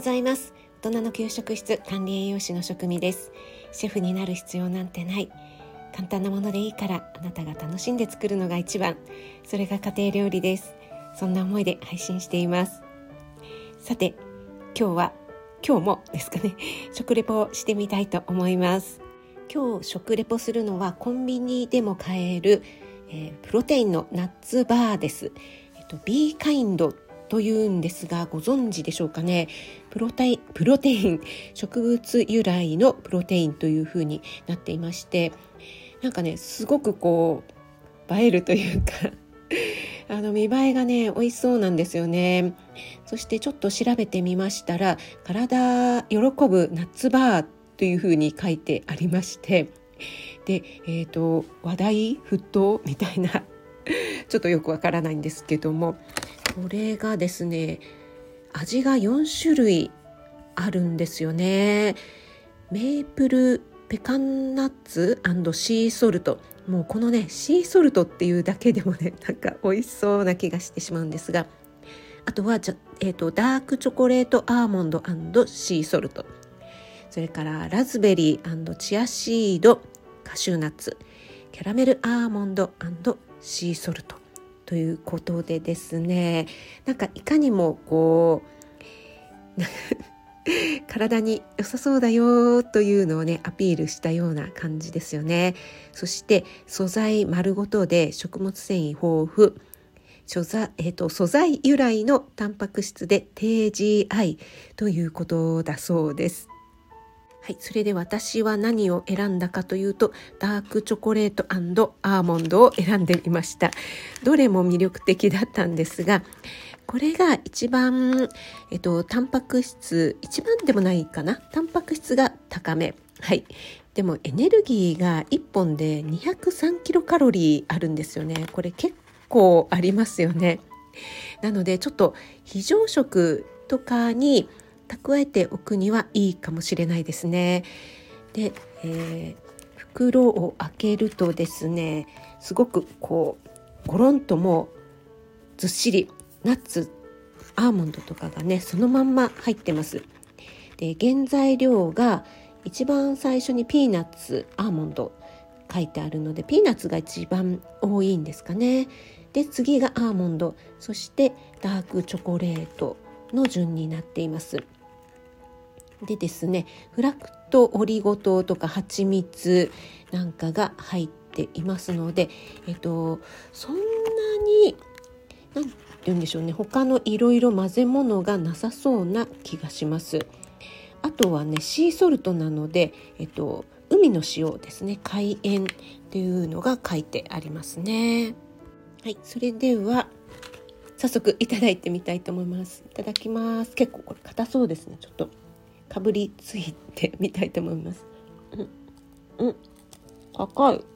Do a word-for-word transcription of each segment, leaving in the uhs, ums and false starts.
ざいます。大人の給食室管理栄養士の食味です。シェフになる必要なんてない。簡単なものでいいからあなたが楽しんで作るのが一番。それが家庭料理です。そんな思いで配信しています。さて、今日は今日もですかね、食レポをしてみたいと思います。今日食レポするのはコンビニでも買える、えー、プロテインのナッツバーです。えっと、ビーカインドというんですが、ご存知でしょうかね。プロテイン、プロテイン、植物由来のプロテインという風になっていまして、なんかね、すごくこう映えるというかあの見栄えがね、美味しそうなんですよね。そしてちょっと調べてみましたら、体喜ぶナッツバーという風に書いてありまして、で、えっと話題沸騰みたいなちょっとよくわからないんですけども、これがですね、味がよん種類あるんですよね。メープルペカンナッツ&シーソルト。もうこのね、シーソルトっていうだけでもね、なんか美味しそうな気がしてしまうんですが、あとはじゃ、えーと、ダークチョコレートアーモンド&シーソルト、それからラズベリー&チアシードカシューナッツ、キャラメルアーモンド&シーソルトということでですね、なんかいかにもこう体に良さそうだよというのをね、アピールしたような感じですよね。そして素材丸ごとで食物繊維豊富、素材、えーと、素材由来のタンパク質で低 ジーアイ ということだそうです。はい、それで私は何を選んだかというと、ダークチョコレート&アーモンドを選んでみました。どれも魅力的だったんですが、これが一番、えっと、タンパク質、一番でもないかな、タンパク質が高め。はい。でもエネルギーがいっぽんでにひゃくさんキロカロリーあるんですよね。これ結構ありますよね。なのでちょっと非常食とかに蓄えておくにはいいかもしれないですね。で、えー、袋を開けるとですね、すごくこうゴロンともうずっしりナッツ、アーモンドとかがね、そのまんま入ってます。で、原材料が一番最初にピーナッツ、アーモンド書いてあるので、ピーナッツが一番多いんですかね。で、次がアーモンド、そしてダークチョコレートの順になっています。でですね、フラクトオリゴ糖とか蜂蜜なんかが入っていますので、えっとそんなになんて言うんでしょうね、他のいろいろ混ぜ物がなさそうな気がします。あとはね、シーソルトなので、えっと海の塩ですね、海塩っていうのが書いてありますね。はい、それでは早速いただいてみたいと思います。いただきます。結構これ硬そうですね。ちょっとかぶりついてみたいと思います。うん、うん、高い。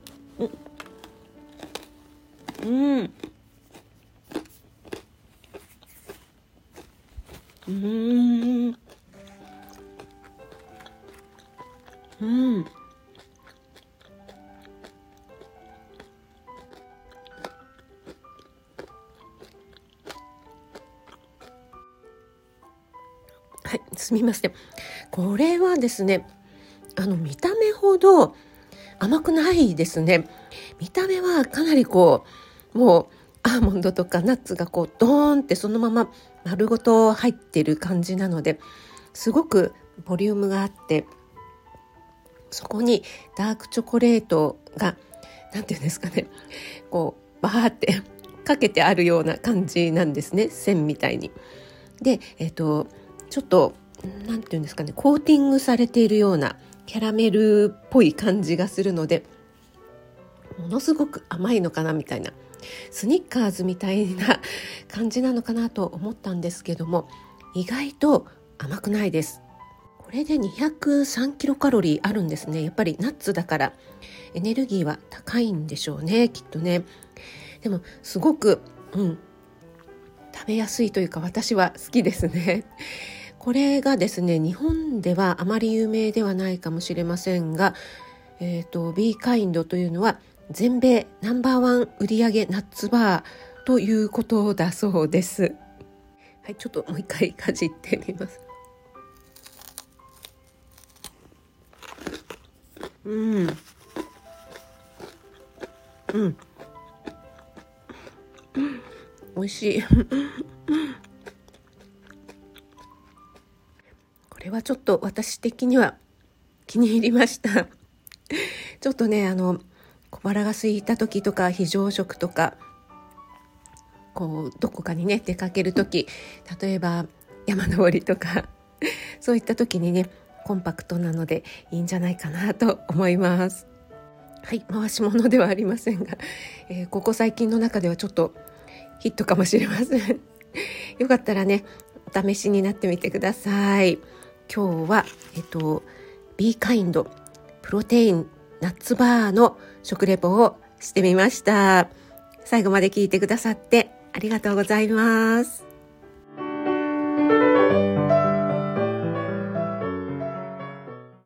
うん、うん、うん、うん。はい、すみません。これはですね、あの見た目ほど甘くないですね。見た目はかなりこう、もうアーモンドとかナッツがこうドーンってそのまま丸ごと入ってる感じなので、すごくボリュームがあって、そこにダークチョコレートがなんていうんですかね、こうバーってかけてあるような感じなんですね、線みたいに。で、えっとちょっとなんていうんですかね、コーティングされているようなキャラメルっぽい感じがするので、ものすごく甘いのかなみたいな、スニッカーズみたいな感じなのかなと思ったんですけども、意外と甘くないです。これでにひゃくさんキロカロリーあるんですね。やっぱりナッツだからエネルギーは高いんでしょうね、きっとね。でもすごく、うん、食べやすいというか、私は好きですね。これがですね、日本ではあまり有名ではないかもしれませんが、えーと、ビーカインドというのは全米ナンバーワン売上ナッツバーということだそうです。はい、ちょっともう一回かじってみます。 うんうん美味しいこれはちょっと私的には気に入りましたちょっとねあの小腹が空いた時とか非常食とかこうどこかにね出かける時、例えば山登りとかそういった時にねコンパクトなのでいいんじゃないかなと思います。はい、回し物ではありませんが、えー、ここ最近の中ではちょっとヒットかもしれませんよかったらねお試しになってみてください。今日はえっと Be Kind プロテインナッツバーの食レポをしてみました。最後まで聞いてくださってありがとうございます。